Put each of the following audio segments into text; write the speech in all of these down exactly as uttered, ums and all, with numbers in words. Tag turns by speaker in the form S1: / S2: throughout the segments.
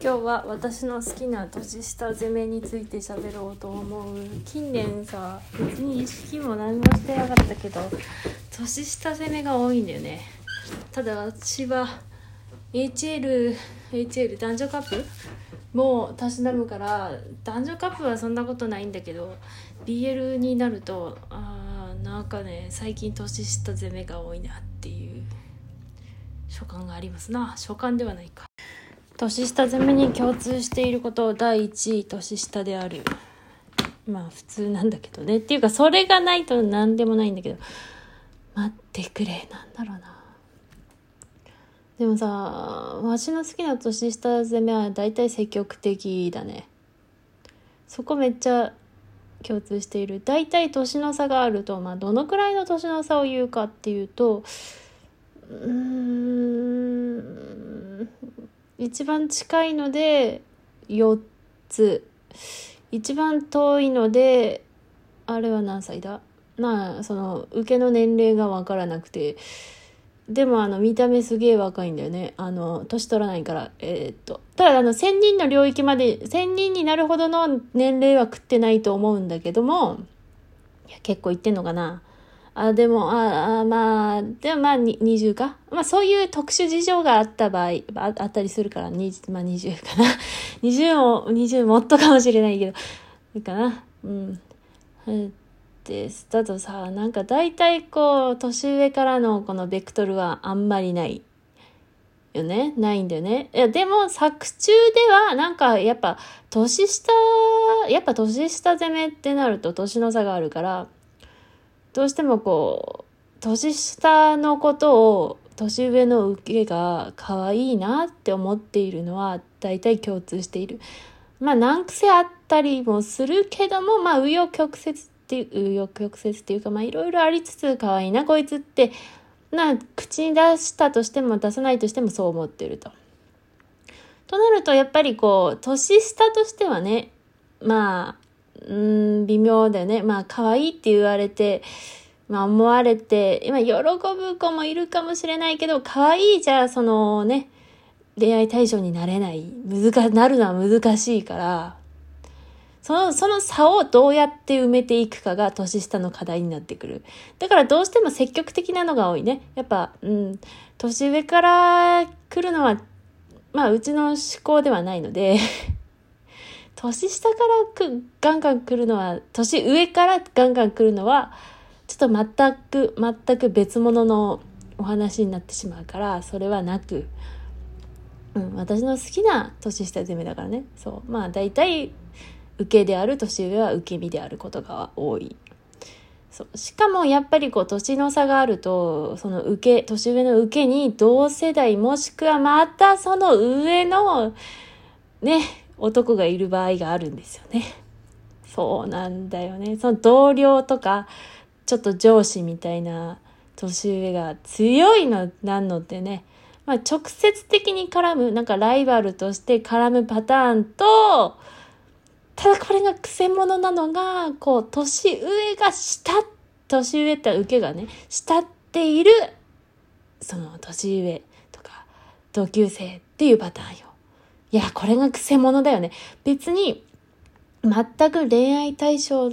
S1: 今日は私の好きな年下攻めについて喋ろうと思う。近年さ、別に意識も何もしてなかったけど年下攻めが多いんだよね。ただ私は エイチエル エイチエル 男女カップもたしなむから、男女カップはそんなことないんだけど ビーエル になるとあーなんかね、最近年下攻めが多いなっていう所感がありますな。所感ではないか。年下攻めに共通していることだいいちい、年下である。まあ普通なんだけどね。っていうかそれがないと何でもないんだけど、待ってくれ、なんだろうな。でもさ、私の好きな年下攻めはだいたい積極的だね。そこめっちゃ共通している。だいたい年の差があると、まあどのくらいの年の差を言うかっていうと、うーん一番近いのでよっつ、一番遠いのであれは何歳だ、まあその受けの年齢が分からなくて、でもあの見た目すげえ若いんだよね。あの年取らないから。えー、っとただあの千人の領域まで千人になるほどの年齢は食ってないと思うんだけども、いや結構いってんのかな。あでもああまあでもまあににじゅうか、まあそういう特殊事情があった場合 あ, あったりするから、にまあにじゅうかなにじゅうもにじゅうもっとかもしれないけどいいかな。うんですだとさ、なんか大体こう年上からのこのベクトルはあんまりないよね。ないんだよね。いやでも作中ではなんかやっぱ年下やっぱ年下攻めってなると年の差があるから、どうしてもこう年下のことを年上の受けが可愛いなって思っているのは大体共通している。まあ難癖あったりもするけども、まあ紆余曲折っていう紆余曲折っていうか、まあいろいろありつつ可愛いなこいつってな口に出したとしても出さないとしてもそう思ってると。となるとやっぱりこう年下としてはね、まあうーん微妙だよね。まあ可愛いって言われて、まあ思われて、今喜ぶ子もいるかもしれないけど、可愛いじゃあそのね恋愛対象になれない、難なるのは難しいから、そのその差をどうやって埋めていくかが年下の課題になってくる。だからどうしても積極的なのが多いね。やっぱうん年上から来るのはまあうちの思考ではないので。年下からくガンガン来るのは、年上からガンガン来るのはちょっと全く全く別物のお話になってしまうから、それはなく、うん、私の好きな年下攻めだからね。そうまあ大体受けである年上は受け身であることが多い。そうしかもやっぱりこう年の差があると、その受け年上の受けに同世代もしくはまたその上のね男がいる場合があるんですよね。そうなんだよね。その同僚とかちょっと上司みたいな年上が強いのなんのってね、まあ、直接的に絡むなんかライバルとして絡むパターンと、ただこれが癖者なのがこう年上が下年上って受けがね慕っているその年上とか同級生っていうパターンよ。いやこれが癖者だよね。別に全く恋愛対象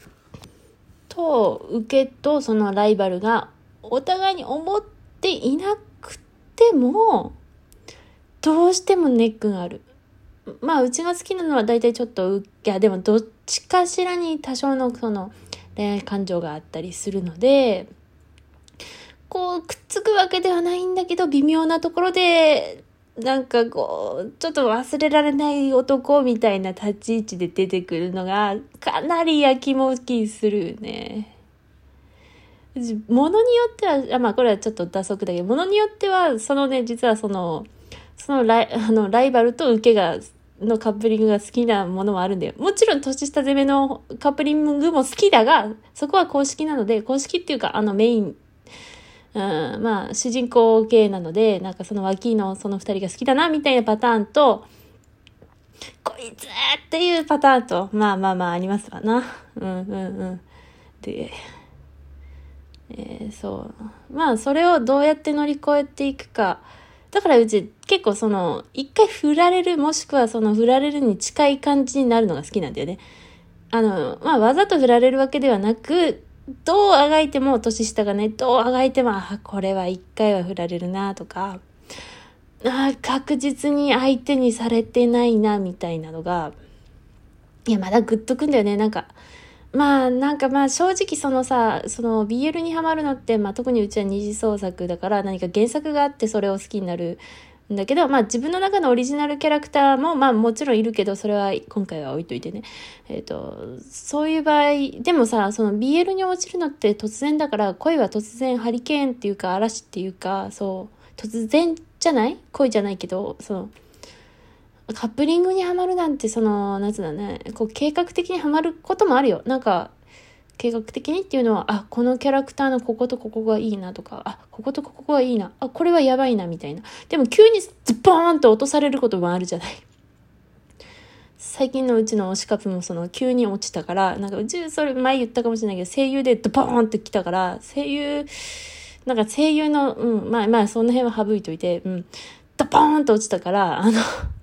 S1: と受けとそのライバルがお互いに思っていなくてもどうしてもネックがある。まあうちが好きなのは大体ちょっといやでもどっちかしらに多少のその恋愛感情があったりするので、こうくっつくわけではないんだけど微妙なところでなんかこうちょっと忘れられない男みたいな立ち位置で出てくるのがかなりやきもきするね。ものによってはあまあこれはちょっと打足だけど、ものによってはそのね実はそのそのライあのライバルと受けがのカップリングが好きなものもあるんだよ。もちろん年下攻めのカップリングも好きだが、そこは公式なので、公式っていうかあのメインうん、まあ主人公系なので、なんかその脇のその二人が好きだなみたいなパターンと、こいつっていうパターンと、まあまあまあありますわな。うんうんうん。で、えー、そうまあそれをどうやって乗り越えていくかだからうち結構その一回振られる、もしくはその振られるに近い感じになるのが好きなんだよね。あのまあわざと振られるわけではなく、どうあがいても年下がね、どうあがいてもあこれは一回は振られるなとか、あ確実に相手にされてないなみたいなのが、いやまだグッとくんだよね。なんかまあなんかまあ正直そのさ、その ビーエル にハマるのって、まあ特にうちは二次創作だから何か原作があってそれを好きになるんだけど、まあ自分の中のオリジナルキャラクターもまあもちろんいるけど、それは今回は置いといてね。えっと、そういう場合、でもさ、その ビーエル に落ちるのって突然だから、恋は突然ハリケーンっていうか嵐っていうか、そう、突然じゃない恋じゃないけど、その、カップリングにはまるなんて、その、なんつうのね、こう計画的にはまることもあるよ。なんか、計画的にっていうのは、あ、このキャラクターのこことここがいいなとか、あ、こことここがいいな、あ、これはやばいなみたいな。でも急にズボーンと落とされることもあるじゃない。最近のうちの推しカップもその急に落ちたから、なんかうちそれ前言ったかもしれないけど、声優でドボーンって来たから、声優、なんか声優の、うん、まあまあその辺は省いといて、うん、ドボーンと落ちたから、あの、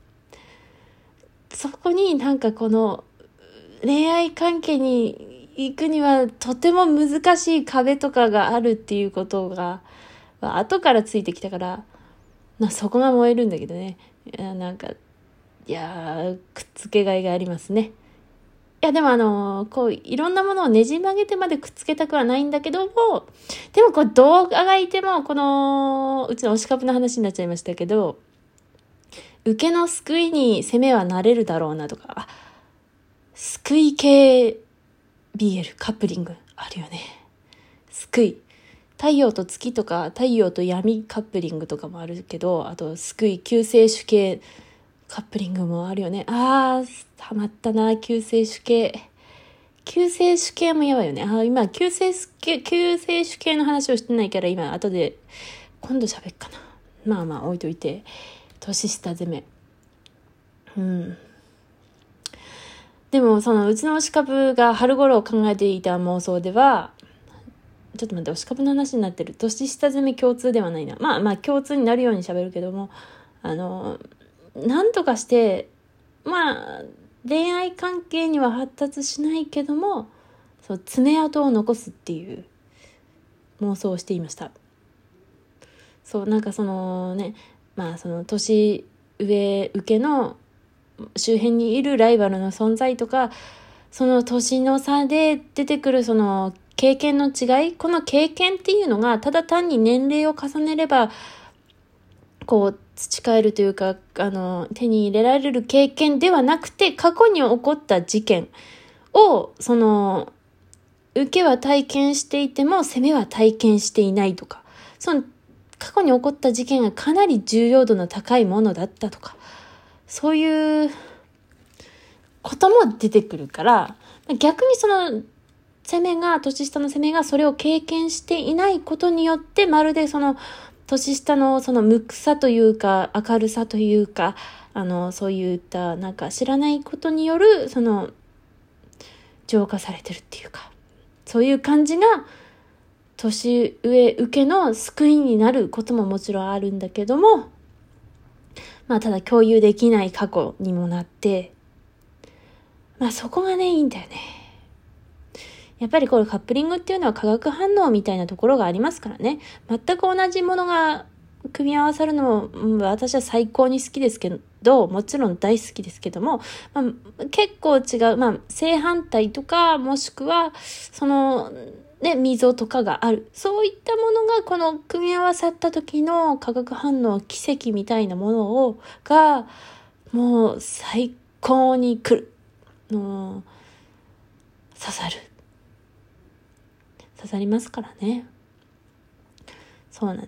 S1: そこになんかこの恋愛関係に行くにはとても難しい壁とかがあるっていうことが後からついてきたから、なそこが燃えるんだけどね。いやなんかいやくっつけがいがありますね。いやでもあのこういろんなものをねじ曲げてまでくっつけたくはないんだけども、でもこうどうあがいてもこのうちの推しカプの話になっちゃいましたけど、受けの救いに攻めはなれるだろうなとか、あ救い系 ビーエル カップリングあるよね。救い太陽と月とか太陽と闇カップリングとかもあるけど、あと救い救世主系カップリングもあるよね。あーハマったな。救世主系救世主系もやばいよね。あ今救世主系救世主系の話をしてないから、今後で今度喋っかな。まあまあ置いといて、年下攻め。うん。でもそのうちの推しカプが春頃を考えていた妄想では、ちょっと待って、推しカプの話になってる。年下攻め共通ではないな。まあまあ共通になるように喋るけども、あのなんとかしてまあ恋愛関係には発達しないけども、そう爪痕を残すっていう妄想をしていました。そうなんかそのね、まあその年上受けの周辺にいるライバルの存在とか、その年の差で出てくるその経験の違い、この経験っていうのがただ単に年齢を重ねればこう培えるというか、あの手に入れられる経験ではなくて、過去に起こった事件をその受けは体験していても攻めは体験していないとか、その過去に起こった事件がかなり重要度の高いものだったとか、そういうことも出てくるから、逆にその攻めが年下の攻めがそれを経験していないことによって、まるでその年下のその無垢さというか明るさというか、あのそういったなんか知らないことによるその浄化されてるっていうか、そういう感じが年上受けの救いになることももちろんあるんだけども、まあただ共有できない過去にもなって、まあそこがねいいんだよね。やっぱりこれカップリングっていうのは化学反応みたいなところがありますからね。全く同じものが組み合わさるのも、うん、私は最高に好きですけど、もちろん大好きですけども、まあ、結構違う、まあ正反対とか、もしくはそのね溝とかがある、そういったものがこの組み合わさった時の化学反応奇跡みたいなものをがもう最高に来るの刺さる刺さりますからね。そうなんだよ。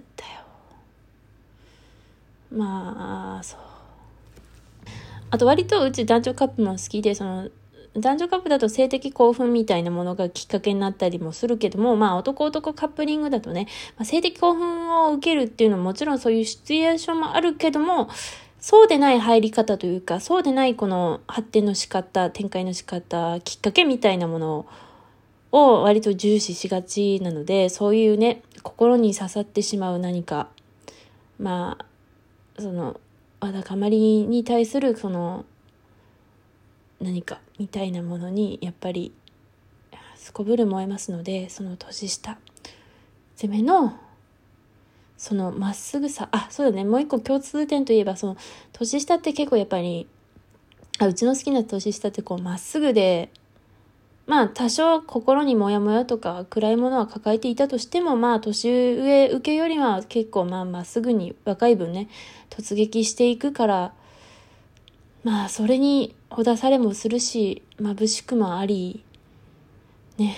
S1: まあそう。あと割とうち男女カップも好きで、その男女カップだと性的興奮みたいなものがきっかけになったりもするけども、まあ男男カップリングだとね、まあ、性的興奮を受けるっていうのももちろんそういうシチュエーションもあるけども、そうでない入り方というか、そうでないこの発展の仕方、展開の仕方、きっかけみたいなものを割と重視しがちなので、そういうね心に刺さってしまう何か、まあそのわだかまりに対するその何かみたいなものにやっぱりすこぶる燃えますので、その年下攻めのそのまっすぐさ、あ、そうだね、もう一個共通点といえば、その年下って結構やっぱり、あ、うちの好きな年下ってこうまっすぐで、まあ多少心にモヤモヤとか暗いものは抱えていたとしても、まあ年上受けよりは結構まあまっすぐに若い分ね突撃していくから、まあそれにほだされもするし、眩しくもありね、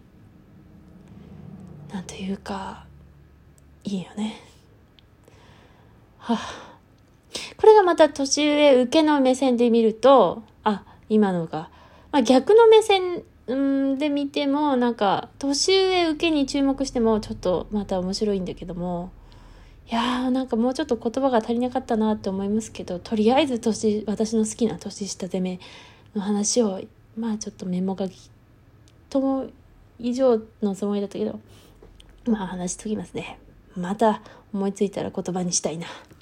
S1: なんというかいいよね。はあ、これがまた年上受けの目線で見ると、あ、今のが、まあ、逆の目線で見てもなんか年上受けに注目してもちょっとまた面白いんだけども、いやーなんかもうちょっと言葉が足りなかったなって思いますけど、とりあえず年私の好きな年下攻めの話をまあちょっとメモ書きと以上のつもりだったけど、まあ話しときますね。また思いついたら言葉にしたいな。